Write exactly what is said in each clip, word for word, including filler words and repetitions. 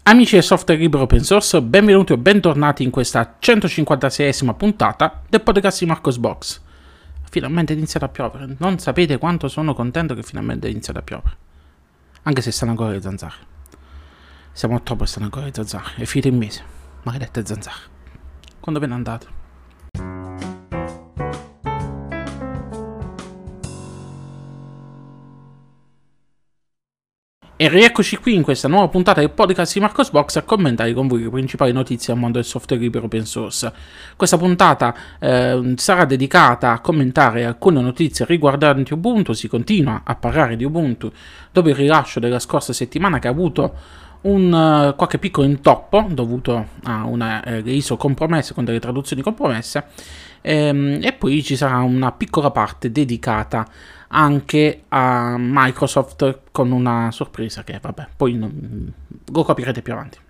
Amici del software libero open source, benvenuti o bentornati in questa centocinquantaseiesima puntata del podcast di Marcosbox. Finalmente è iniziato a piovere, non sapete quanto sono contento che finalmente è iniziato a piovere. Anche se stanno ancora le zanzare. Siamo a ottobre e stanno ancora le zanzare, è finito il mese, maledette zanzare. Quando ve ne andate? E rieccoci qui in questa nuova puntata del podcast di Marcosbox a commentare con voi le principali notizie al mondo del software libero open source. Questa puntata eh, sarà dedicata a commentare alcune notizie riguardanti Ubuntu. Si continua a parlare di Ubuntu dopo il rilascio della scorsa settimana, che ha avuto un uh, qualche piccolo intoppo dovuto a una eh, I S O compromessa, con delle traduzioni compromesse, ehm, e poi ci sarà una piccola parte dedicata anche a Microsoft con una sorpresa che vabbè, poi non, lo capirete più avanti.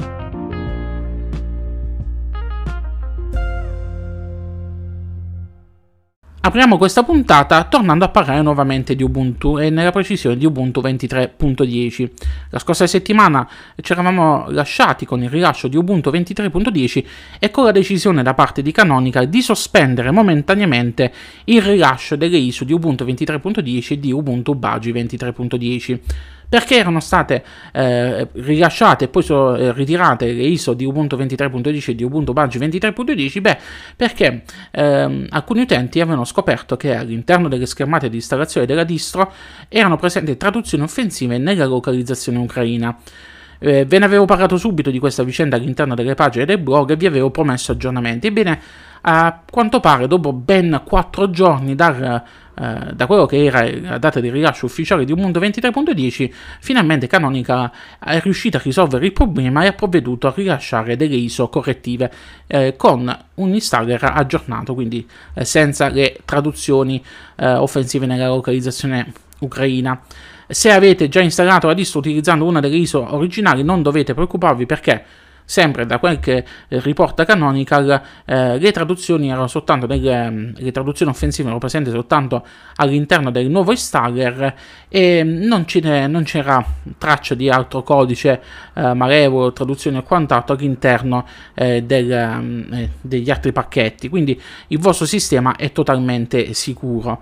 Apriamo questa puntata tornando a parlare nuovamente di Ubuntu e nella precisione di Ubuntu ventitré punto dieci. La scorsa settimana ci eravamo lasciati con il rilascio di Ubuntu ventitré punto dieci e con la decisione da parte di Canonical di sospendere momentaneamente il rilascio delle I S O di Ubuntu ventitré punto dieci e di Ubuntu Budgie ventitré punto dieci. Perché erano state eh, rilasciate e poi so, eh, ritirate le I S O di Ubuntu ventitré punto dieci e di Ubuntu Budgie ventitré punto dieci? Beh, perché eh, alcuni utenti avevano scoperto che all'interno delle schermate di installazione della distro erano presenti traduzioni offensive nella localizzazione ucraina. Eh, ve ne avevo parlato subito di questa vicenda all'interno delle pagine del blog e vi avevo promesso aggiornamenti. Ebbene, a quanto pare, dopo ben quattro giorni dal, eh, da quello che era la data di rilascio ufficiale di Ubuntu ventitré punto dieci, finalmente Canonical è riuscita a risolvere il problema e ha provveduto a rilasciare delle I S O correttive eh, con un installer aggiornato, quindi eh, senza le traduzioni eh, offensive nella localizzazione ucraina. Se avete già installato la distro utilizzando una delle I S O originali, non dovete preoccuparvi, perché sempre da quel che riporta Canonical, eh, le traduzioni erano soltanto delle, le traduzioni offensive erano presenti soltanto all'interno del nuovo installer e non, non c'era traccia di altro codice eh, malevolo, traduzioni e quant'altro all'interno eh, del, eh, degli altri pacchetti, quindi il vostro sistema è totalmente sicuro.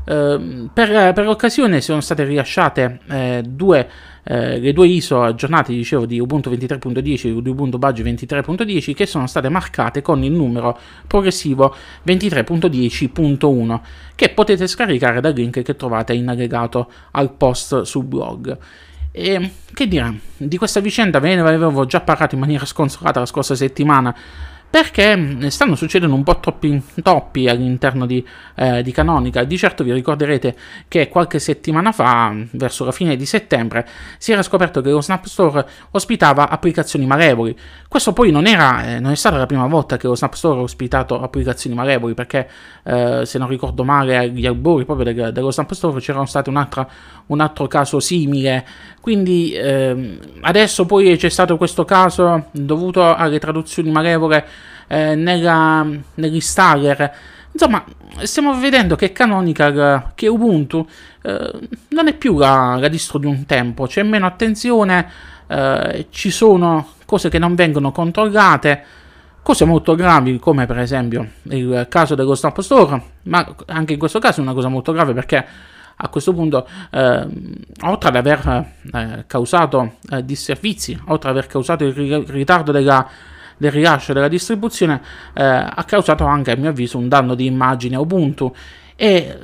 Uh, per, per l'occasione sono state rilasciate eh, due, eh, le due I S O aggiornate, dicevo, di Ubuntu ventitré punto dieci e di Ubuntu Budgie ventitré punto dieci, che sono state marcate con il numero progressivo ventitré punto dieci punto uno, che potete scaricare dal link che trovate in allegato al post sul blog. E che dire, di questa vicenda ve ne avevo già parlato in maniera sconsolata la scorsa settimana, perché stanno succedendo un po' troppi intoppi all'interno di, eh, di Canonical. Di certo vi ricorderete che qualche settimana fa, verso la fine di settembre, si era scoperto che lo Snap Store ospitava applicazioni malevoli. Questo poi non, era, eh, non è stata la prima volta che lo Snap Store ha ospitato applicazioni malevoli, perché eh, se non ricordo male agli albori proprio del, dello Snap Store c'era stato un altro, un altro caso simile. Quindi eh, adesso poi c'è stato questo caso dovuto alle traduzioni malevole eh, nella, nell'installer. Insomma, stiamo vedendo che Canonical, che Ubuntu eh, non è più la, la distro di un tempo, c'è meno attenzione, eh, ci sono cose che non vengono controllate, cose molto gravi come per esempio il caso dello Snap Store, ma anche in questo caso è una cosa molto grave, perché a questo punto, eh, oltre ad aver eh, causato eh, disservizi, oltre ad aver causato il, ri- il ritardo della, del rilascio della distribuzione, eh, ha causato anche, a mio avviso, un danno di immagine a Ubuntu, e eh,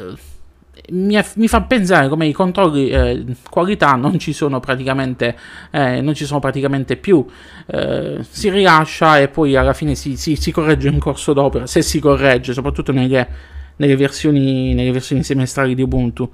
mi, mi fa pensare come i controlli eh, qualità non ci sono praticamente, eh, non ci sono praticamente più. Eh, si rilascia e poi alla fine si, si, si corregge in corso d'opera, se si corregge, soprattutto nelle Nelle versioni, nelle versioni semestrali di Ubuntu.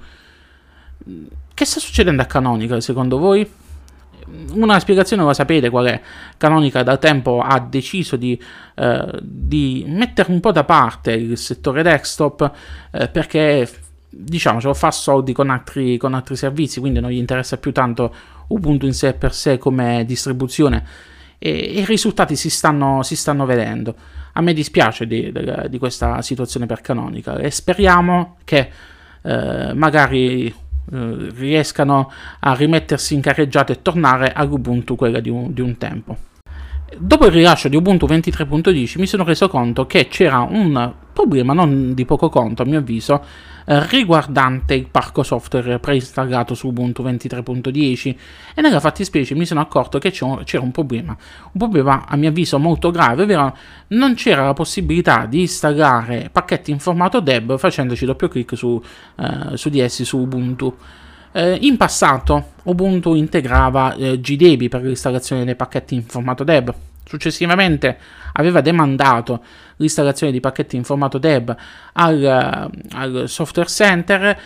Che sta succedendo a Canonical secondo voi? Una spiegazione la sapete qual è. Canonical da tempo ha deciso di, eh, di mettere un po' da parte il settore desktop eh, perché, diciamo, fa soldi con altri, con altri servizi, quindi non gli interessa più tanto Ubuntu in sé per sé come distribuzione, e, e i risultati si stanno, si stanno vedendo. A me dispiace di, di, di questa situazione per Canonical e speriamo che eh, magari eh, riescano a rimettersi in carreggiata e tornare all'Ubuntu quella di un, di un tempo. Dopo il rilascio di Ubuntu ventitré punto dieci mi sono reso conto che c'era un problema non di poco conto, a mio avviso, eh, riguardante il parco software preinstallato su Ubuntu ventitré punto dieci, e nella fattispecie mi sono accorto che c'era un problema, un problema a mio avviso molto grave, ovvero non c'era la possibilità di installare pacchetti in formato deb facendoci doppio clic su, eh, su di essi su Ubuntu. Eh, in passato Ubuntu integrava eh, G D E B I per l'installazione dei pacchetti in formato deb. Successivamente aveva demandato l'installazione di pacchetti in formato deb al, al Software Center.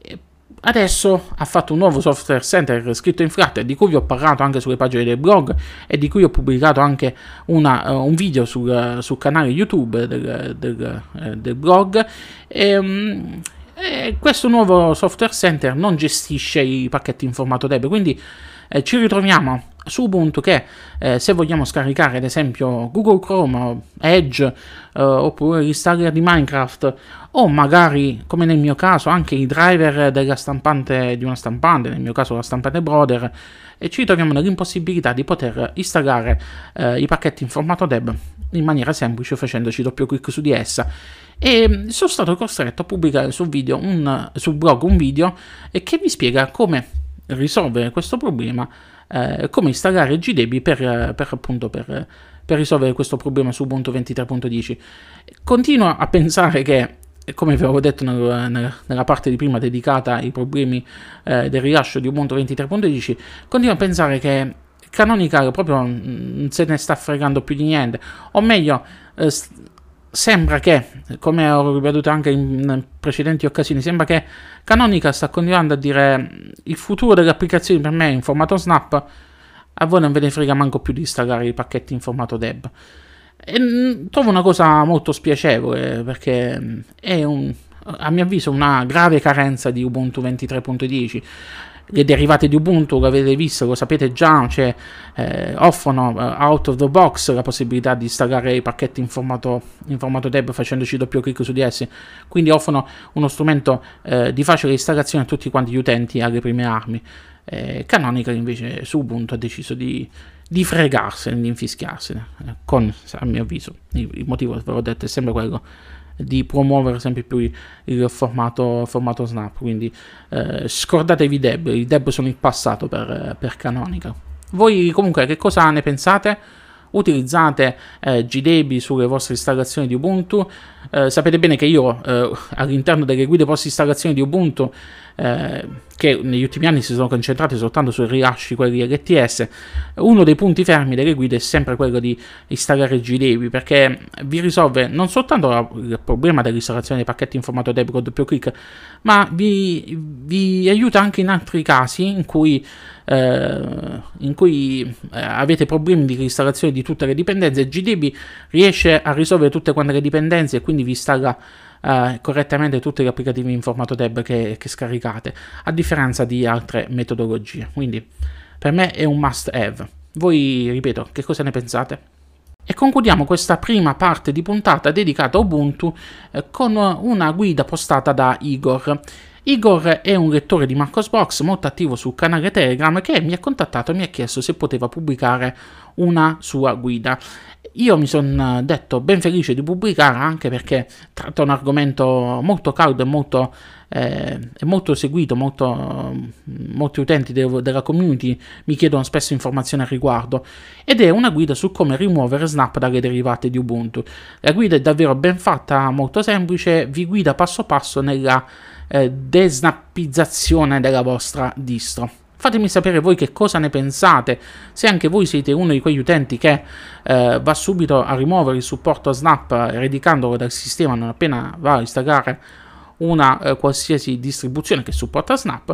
Adesso ha fatto un nuovo Software Center scritto in Flutter, di cui vi ho parlato anche sulle pagine del blog e di cui ho pubblicato anche una, uh, un video sul, sul canale YouTube del, del, uh, del blog. E, um, E questo nuovo Software Center non gestisce i pacchetti in formato deb, quindi eh, ci ritroviamo su Ubuntu che eh, se vogliamo scaricare ad esempio Google Chrome, Edge eh, oppure l'installer di Minecraft, o magari come nel mio caso anche i driver della stampante di una stampante, nel mio caso la stampante Brother, e ci troviamo nell'impossibilità di poter installare eh, i pacchetti in formato deb in maniera semplice facendoci doppio clic su di essa. E sono stato costretto a pubblicare sul, video un, sul blog un video che vi spiega come risolvere questo problema, eh, come installare G D E B I per, per, appunto, per, per risolvere questo problema su Ubuntu ventitré punto dieci. Continuo a pensare che, come vi avevo detto nel, nel, nella parte di prima dedicata ai problemi eh, del rilascio di Ubuntu ventitré punto dieci, continuo a pensare che Canonical proprio non se ne sta fregando più di niente, o meglio, eh, sembra che, come ho ripetuto anche in precedenti occasioni, sembra che Canonical sta continuando a dire il futuro delle applicazioni per me è in formato Snap, a voi non ve ne frega manco più di installare i pacchetti in formato deb. E trovo una cosa molto spiacevole, perché è un, a mio avviso una grave carenza di Ubuntu ventitré punto dieci. Le derivate di Ubuntu, lo avete visto, lo sapete già, cioè, eh, offrono uh, out of the box la possibilità di installare i pacchetti in formato, in formato deb facendoci doppio clic su di essi, quindi offrono uno strumento eh, di facile installazione a tutti quanti gli utenti alle prime armi. Eh, Canonical invece su Ubuntu ha deciso di, di fregarsene, di infischiarsene, eh, con, a mio avviso, il, il motivo, ve l'ho detto, è sempre quello di promuovere sempre più il, il formato, formato Snap, quindi eh, scordatevi i deb, i deb sono il passato per, per Canonical. Voi comunque che cosa ne pensate? Utilizzate eh, G D E B I sulle vostre installazioni di Ubuntu? Eh, sapete bene che io eh, all'interno delle guide post installazione di Ubuntu, eh, che negli ultimi anni si sono concentrate soltanto sui rilasci, quelli L T S, uno dei punti fermi delle guide è sempre quello di installare G D E B I, perché vi risolve non soltanto la, il problema dell'installazione dei pacchetti in formato deb con doppio clic, ma vi, vi aiuta anche in altri casi in cui Uh, in cui uh, avete problemi di installazione di tutte le dipendenze. G D E B I riesce a risolvere tutte quante le dipendenze e quindi vi installa uh, correttamente tutti gli applicativi in formato deb che, che scaricate, a differenza di altre metodologie. Quindi per me è un must have. Voi, ripeto, che cosa ne pensate? E concludiamo questa prima parte di puntata dedicata a Ubuntu eh, con una guida postata da Igor. Igor è un lettore di Marcosbox molto attivo sul canale Telegram, che mi ha contattato e mi ha chiesto se poteva pubblicare una sua guida. Io mi sono detto ben felice di pubblicare, anche perché tratta un argomento molto caldo e molto, eh, molto seguito, molto, molti utenti de- della community mi chiedono spesso informazioni al riguardo, ed è una guida su come rimuovere Snap dalle derivate di Ubuntu. La guida è davvero ben fatta, molto semplice, vi guida passo passo nella eh, desnappizzazione della vostra distro. Fatemi sapere voi che cosa ne pensate, se anche voi siete uno di quegli utenti che eh, va subito a rimuovere il supporto a Snap, eradicandolo dal sistema non appena va a installare una eh, qualsiasi distribuzione che supporta Snap.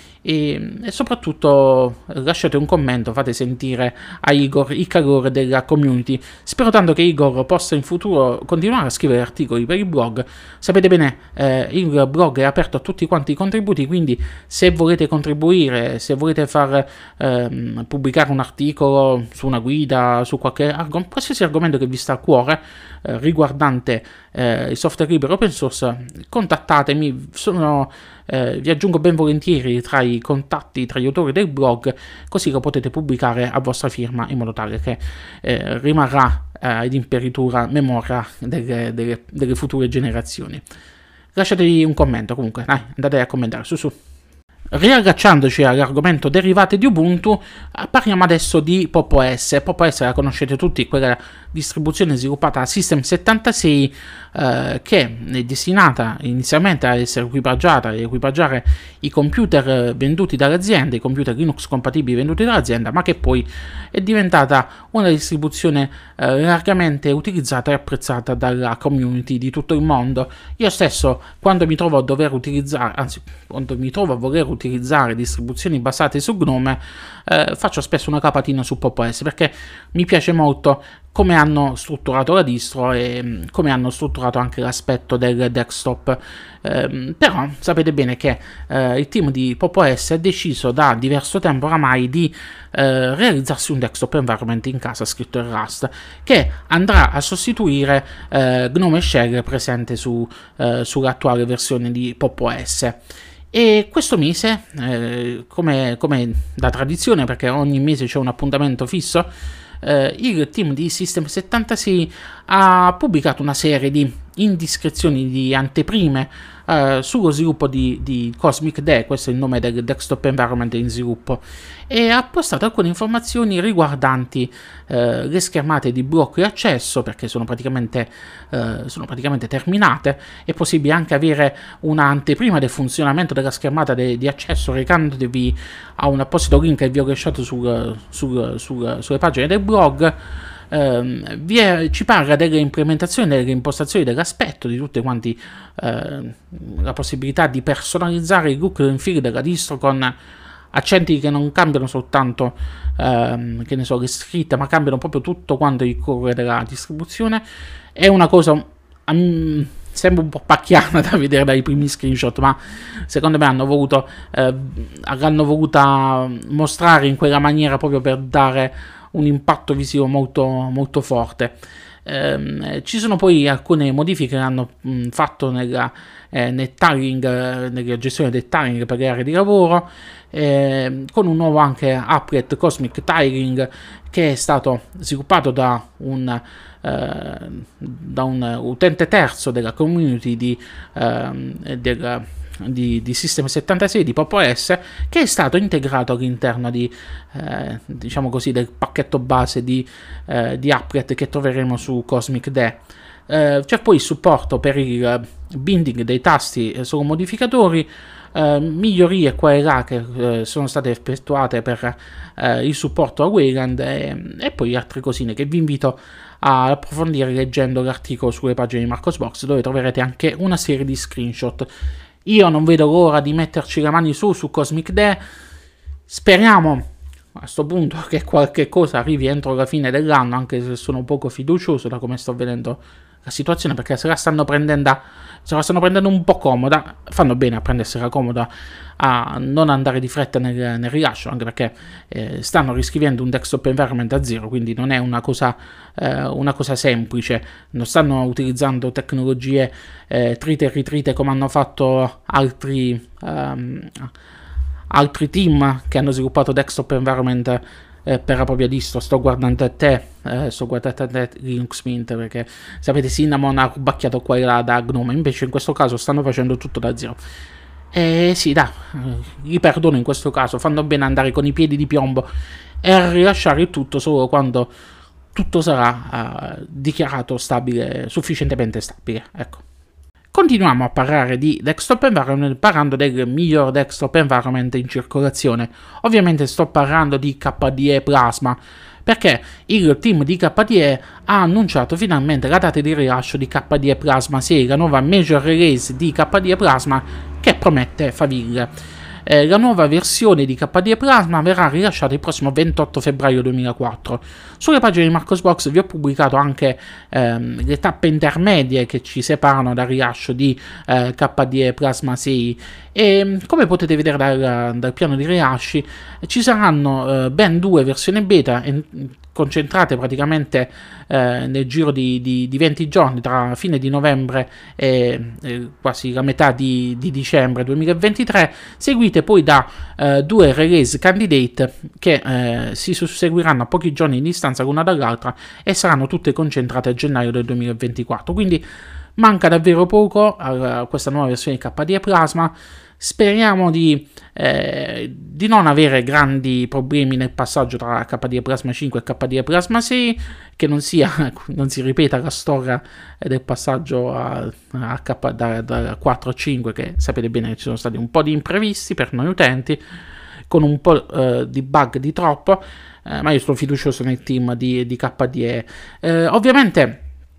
E, e soprattutto lasciate un commento, fate sentire a Igor il calore della community. Spero tanto che Igor possa in futuro continuare a scrivere articoli per il blog. Sapete bene, eh, il blog è aperto a tutti quanti i contributi, quindi se volete contribuire, se volete far ehm, pubblicare un articolo su una guida, su qualche argomento, qualsiasi argomento che vi sta a cuore eh, riguardante eh, il software libero open source, contattatemi. Sono eh, vi aggiungo ben volentieri tra i contatti, tra gli autori del blog, così lo potete pubblicare a vostra firma in modo tale che eh, rimarrà eh, in imperitura memoria delle, delle, delle future generazioni. Lasciatevi un commento, comunque, dai, andate a commentare, su su. Riallacciandoci all'argomento derivate di Ubuntu, parliamo adesso di Pop! O S. Pop! O S la conoscete tutti, quella distribuzione sviluppata da System settantasei eh, che è destinata inizialmente a essere equipaggiata e equipaggiare i computer venduti dall'azienda, i computer Linux compatibili venduti dall'azienda, ma che poi è diventata una distribuzione eh, largamente utilizzata e apprezzata dalla community di tutto il mondo. Io stesso, quando mi trovo a dover utilizzare, anzi, quando mi trovo a voler utilizzare distribuzioni basate su GNOME, eh, faccio spesso una capatina su Pop! O S perché mi piace molto come hanno strutturato la distro e come hanno strutturato anche l'aspetto del desktop. Eh, però sapete bene che eh, il team di Pop! O S ha deciso da diverso tempo oramai di eh, realizzarsi un desktop environment in casa scritto in Rust, che andrà a sostituire eh, GNOME Shell presente su, eh, sull'attuale versione di Pop! O S. E questo mese, eh, come, come da tradizione, perché ogni mese c'è un appuntamento fisso, eh, il team di System settantasei ha pubblicato una serie di indiscrezioni, di anteprime eh, sullo sviluppo di, di Cosmic D E, questo è il nome del desktop environment in sviluppo, e ha postato alcune informazioni riguardanti eh, le schermate di blocco e accesso, perché sono praticamente, eh, sono praticamente terminate. È possibile anche avere una anteprima del funzionamento della schermata de, di accesso recandovi a un apposito link che vi ho lasciato sul, sul, sul, sulle pagine del blog. Uh, vi è, ci parla delle implementazioni, delle impostazioni dell'aspetto, di tutte quanti uh, la possibilità di personalizzare il look and feel della distro con accenti che non cambiano soltanto uh, che ne so, le scritte, ma cambiano proprio tutto quanto il core della distribuzione. È una cosa um, sembra un po' pacchiana da vedere dai primi screenshot, ma secondo me hanno voluto uh, l'hanno voluta mostrare in quella maniera proprio per dare un impatto visivo molto, molto forte. Eh, ci sono poi alcune modifiche che hanno mh, fatto nella, eh, nel tagging, eh, nella gestione del tagging per le aree di lavoro, eh, con un nuovo anche applet Cosmic Tiling che è stato sviluppato da un, eh, da un utente terzo della community di, eh, del Di, di System settantasei, di Pop! O S, che è stato integrato all'interno di, eh, diciamo così, del pacchetto base di, eh, di applet che troveremo su Cosmic D E. Eh, c'è poi il supporto per il binding dei tasti eh, solo modificatori, eh, migliorie qua e là che eh, sono state effettuate per eh, il supporto a Wayland e, e poi altre cosine che vi invito a approfondire leggendo l'articolo sulle pagine di Marcosbox, dove troverete anche una serie di screenshot. Io non vedo l'ora di metterci le mani su su Cosmic D E. Speriamo a questo punto che qualche cosa arrivi entro la fine dell'anno, anche se sono poco fiducioso da come sto vedendo la situazione, perché se la stanno prendendo, se la stanno prendendo un po' comoda. Fanno bene a prendersela comoda, a non andare di fretta nel, nel rilascio, anche perché eh, stanno riscrivendo un desktop environment a zero, quindi non è una cosa, eh, una cosa semplice. Non stanno utilizzando tecnologie eh, trite e ritrite come hanno fatto altri, um, altri team che hanno sviluppato desktop environment eh, per la propria distro. Sto guardando a te, eh, sto guardando a te Linux Mint, perché sapete Cinnamon ha rubacchiato qua e là da GNOME, invece in questo caso stanno facendo tutto da zero. E sì, dai, gli perdono in questo caso, fanno bene andare con i piedi di piombo e rilasciare il tutto solo quando tutto sarà uh, dichiarato stabile, sufficientemente stabile, ecco. Continuiamo a parlare di desktop environment parlando del miglior desktop environment in circolazione. Ovviamente sto parlando di K D E Plasma, perché il team di K D E ha annunciato finalmente la data di rilascio di K D E Plasma sei, la nuova major release di K D E Plasma che promette faville. Eh, la nuova versione di K D E Plasma verrà rilasciata il prossimo ventotto febbraio duemilaquattro. Sulle pagine di Marcosbox vi ho pubblicato anche ehm, le tappe intermedie che ci separano dal rilascio di eh, K D E Plasma sei e come potete vedere dal, dal piano di rilasci ci saranno eh, ben due versioni beta, en- concentrate praticamente eh, nel giro di, di, di venti giorni, tra fine di novembre e eh, quasi la metà di, di dicembre duemilaventitré, seguite poi da eh, due release candidate che eh, si susseguiranno a pochi giorni di distanza l'una dall'altra e saranno tutte concentrate a gennaio del duemilaventiquattro. Quindi manca davvero poco a questa nuova versione di K D E Plasma. Speriamo di, eh, di non avere grandi problemi nel passaggio tra K D E Plasma cinque e K D E Plasma sei, che non, sia, non si ripeta la storia del passaggio a, a K, da, da quattro a cinque, che sapete bene che ci sono stati un po' di imprevisti per noi utenti, con un po' eh, di bug di troppo, eh, ma io sono fiducioso nel team di, di K D E. Eh, ovviamente,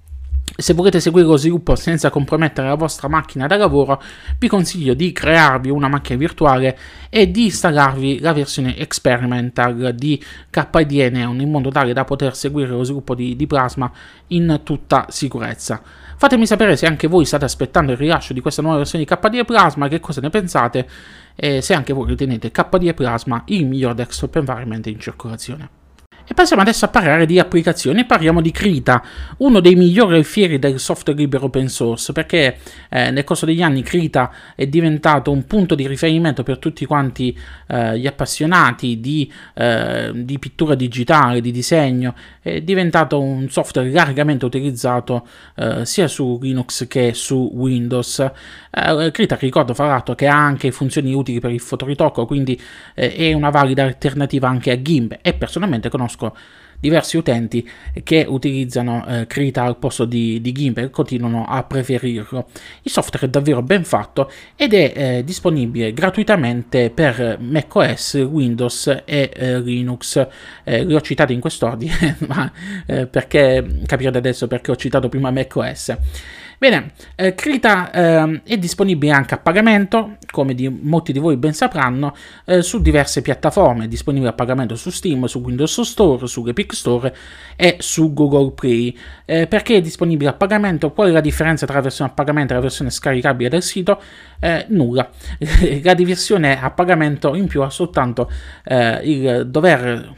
se volete seguire lo sviluppo senza compromettere la vostra macchina da lavoro, vi consiglio di crearvi una macchina virtuale e di installarvi la versione experimental di K D E Neon, in modo tale da poter seguire lo sviluppo di, di Plasma in tutta sicurezza. Fatemi sapere se anche voi state aspettando il rilascio di questa nuova versione di K D E Plasma, che cosa ne pensate, e se anche voi ritenete K D E Plasma il miglior desktop environment in circolazione. E passiamo adesso a parlare di applicazioni e parliamo di Krita, uno dei migliori alfieri del software libero open source, perché eh, nel corso degli anni Krita è diventato un punto di riferimento per tutti quanti eh, gli appassionati di, eh, di pittura digitale, di disegno. È diventato un software largamente utilizzato eh, sia su Linux che su Windows. Eh, Krita, ricordo fra l'altro, che ha anche funzioni utili per il fotoritocco, quindi eh, è una valida alternativa anche a GIMP, e personalmente conosco diversi utenti che utilizzano eh, Krita al posto di, di GIMP e continuano a preferirlo. Il software è davvero ben fatto ed è eh, disponibile gratuitamente per macOS, Windows e eh, Linux. Eh, li ho citati in quest'ordine, ma eh, perché capirete adesso perché ho citato prima macOS. Bene, eh, Krita eh, è disponibile anche a pagamento, come di molti di voi ben sapranno, eh, su diverse piattaforme. È disponibile a pagamento su Steam, su Windows Store, su Epic Store e su Google Play. Eh, perché è disponibile a pagamento? Qual è la differenza tra la versione a pagamento e la versione scaricabile del sito? Eh, nulla. La versione a pagamento in più ha soltanto eh, il dover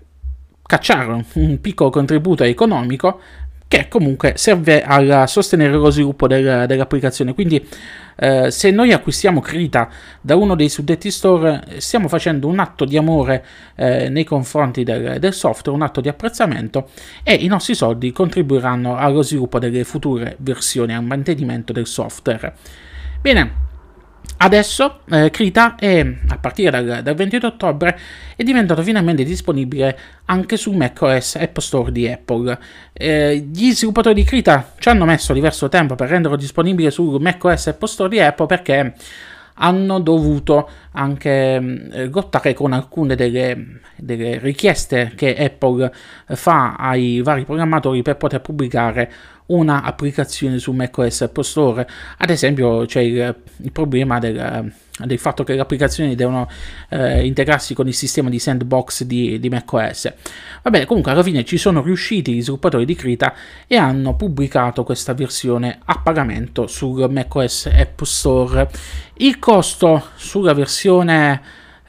cacciare un piccolo contributo economico, che comunque serve a sostenere lo sviluppo del, dell'applicazione. Quindi eh, se noi acquistiamo Krita da uno dei suddetti store, stiamo facendo un atto di amore eh, nei confronti del, del software, un atto di apprezzamento, e i nostri soldi contribuiranno allo sviluppo delle future versioni, al mantenimento del software. Bene. Adesso eh, Krita è, a partire dal, dal ventidue ottobre, è diventato finalmente disponibile anche su macOS App Store di Apple. Eh, gli sviluppatori di Krita ci hanno messo diverso tempo per renderlo disponibile su macOS App Store di Apple, perché hanno dovuto anche eh, lottare con alcune delle, delle richieste che Apple fa ai vari programmatori per poter pubblicare una applicazione su macOS App Store. Ad esempio c'è il, il problema del, del fatto che le applicazioni devono eh, integrarsi con il sistema di sandbox di, di macOS. Va bene, comunque alla fine ci sono riusciti gli sviluppatori di Krita e hanno pubblicato questa versione a pagamento sul macOS App Store. Il costo sulla versione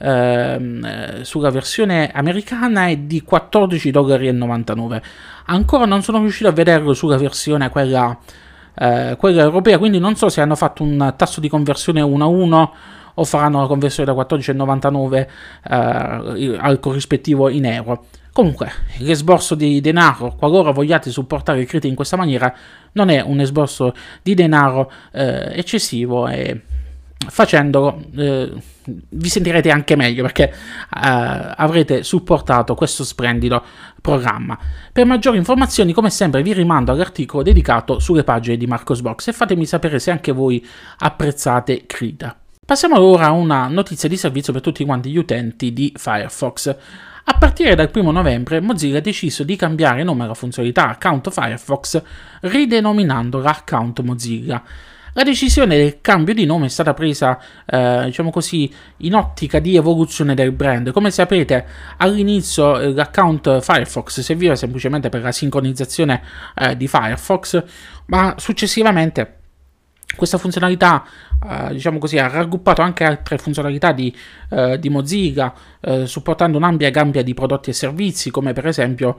eh, sulla versione americana è di quattordici dollari e novantanove. Ancora non sono riuscito a vederlo sulla versione quella, eh, quella europea, quindi non so se hanno fatto un tasso di conversione uno a uno o faranno la conversione da quattordici e novantanove eh, al corrispettivo in euro. Comunque, l'esborso di denaro, qualora vogliate supportare il Krita in questa maniera, non è un esborso di denaro eh, eccessivo, e facendolo eh, vi sentirete anche meglio, perché eh, avrete supportato questo splendido programma. Per maggiori informazioni, come sempre, vi rimando all'articolo dedicato sulle pagine di Marcosbox e fatemi sapere se anche voi apprezzate Krita. Passiamo ora a una notizia di servizio per tutti quanti gli utenti di Firefox. A partire dal primo novembre Mozilla ha deciso di cambiare nome alla funzionalità Account Firefox, ridenominandola Account Mozilla. La decisione del cambio di nome è stata presa, eh, diciamo così, in ottica di evoluzione del brand. Come sapete, all'inizio eh, l'account Firefox serviva semplicemente per la sincronizzazione eh, di Firefox, ma successivamente Questa funzionalità, eh, diciamo così, ha raggruppato anche altre funzionalità di, eh, di Mozilla, eh, supportando un'ampia gamma di prodotti e servizi, come per esempio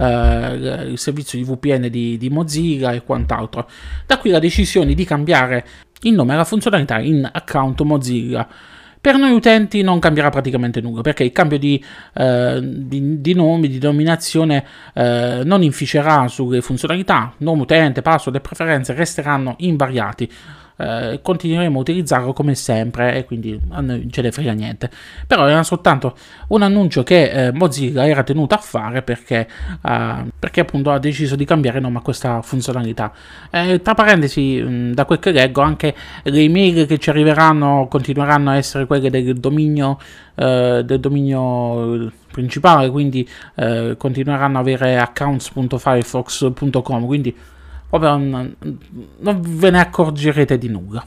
eh, il servizio di V P N di, di Mozilla e quant'altro. Da qui la decisione di cambiare il nome alla funzionalità in Account Mozilla. Per noi utenti non cambierà praticamente nulla, perché il cambio di, eh, di, di nome, di denominazione eh, non inficerà sulle funzionalità. Nome utente, password e preferenze resteranno invariati. Eh, continueremo a utilizzarlo come sempre e quindi a noi non ce ne frega niente. Però era soltanto un annuncio che eh, Mozilla era tenuta a fare perché, eh, perché appunto ha deciso di cambiare nome a questa funzionalità. Eh, tra parentesi, mh, da quel che leggo, anche le email che ci arriveranno continueranno a essere quelle del dominio, eh, del dominio principale, quindi eh, continueranno ad avere accounts punto firefox punto com, quindi non, non ve ne accorgerete di nulla.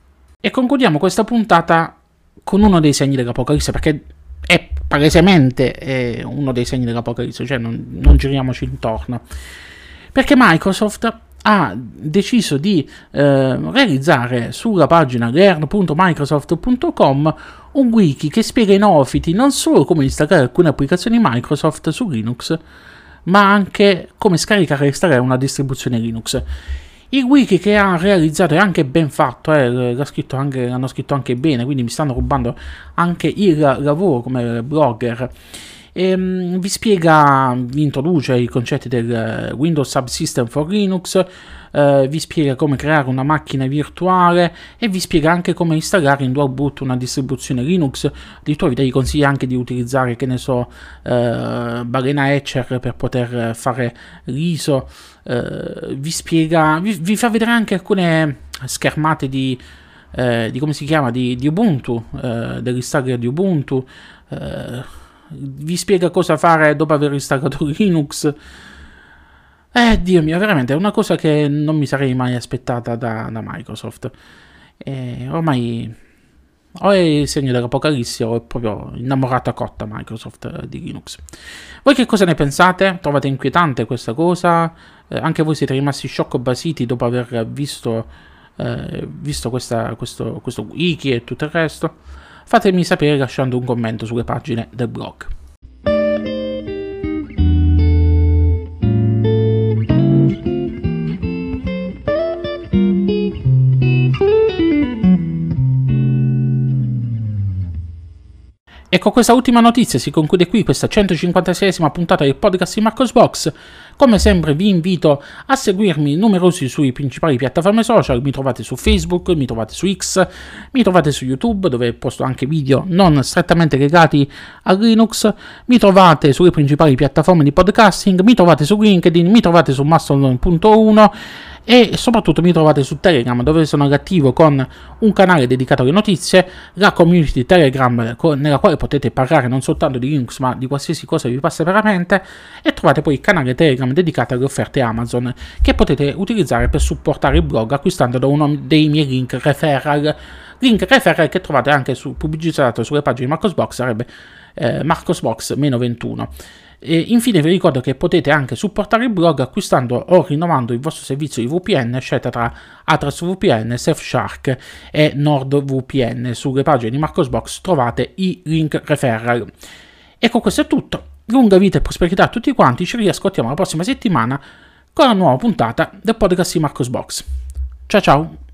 E concludiamo questa puntata con uno dei segni dell'Apocalisse, perché è palesemente è uno dei segni dell'Apocalisse, cioè non, non giriamoci intorno, perché Microsoft ha deciso di eh, realizzare sulla pagina learn punto microsoft punto com un wiki che spiega ai neofiti non solo come installare alcune applicazioni Microsoft su Linux, ma anche come scaricare e installare una distribuzione Linux. Il wiki che ha realizzato è anche ben fatto, eh, l'ha scritto anche, l'hanno scritto anche bene, quindi mi stanno rubando anche il lavoro come blogger. E, um, vi spiega, vi introduce i concetti del Windows Subsystem for Linux, uh, vi spiega come creare una macchina virtuale e vi spiega anche come installare in dual boot una distribuzione Linux. Addirittura vi consiglia anche di utilizzare, che ne so, uh, Balena Etcher per poter fare l'I S O. Uh, vi spiega, vi, vi fa vedere anche alcune schermate di, uh, di come si chiama, di, di Ubuntu, uh, dell'installer di Ubuntu. Uh, vi spiega cosa fare dopo aver installato Linux. Eh, Dio mio, veramente è una cosa che non mi sarei mai aspettata da, da Microsoft. E ormai o è il segno dell'Apocalisse o è proprio innamorata cotta Microsoft di Linux. Voi che cosa ne pensate? Trovate inquietante questa cosa? Eh, anche voi siete rimasti sciocco basiti dopo aver visto, eh, visto questa, questo, questo wiki e tutto il resto? Fatemi sapere lasciando un commento sulle pagine del blog. E con questa ultima notizia si conclude qui questa centocinquantaseiesima puntata del podcast di Marcosbox. Come sempre vi invito a seguirmi numerosi sui principali piattaforme social. Mi trovate su Facebook, mi trovate su X, mi trovate su YouTube, dove posto anche video non strettamente legati a Linux. Mi trovate sulle principali piattaforme di podcasting, mi trovate su LinkedIn, mi trovate su Mastodon punto uno e soprattutto mi trovate su Telegram, dove sono attivo con un canale dedicato alle notizie, la community Telegram nella quale potete parlare non soltanto di Linux ma di qualsiasi cosa vi passa per la mente, e trovate poi il canale Telegram dedicato alle offerte Amazon che potete utilizzare per supportare il blog acquistando da uno dei miei link referral. Link referral che trovate anche su, pubblicizzato sulle pagine di Marcosbox, sarebbe eh, Marcosbox meno ventuno. E infine vi ricordo che potete anche supportare il blog acquistando o rinnovando il vostro servizio di V P N scelta tra Atlas V P N, Surfshark e NordVPN. Sulle pagine di Marcosbox trovate i link referral. E con questo è tutto. Lunga vita e prosperità a tutti quanti. Ci riascoltiamo la prossima settimana con la nuova puntata del podcast di Marcosbox. Ciao ciao!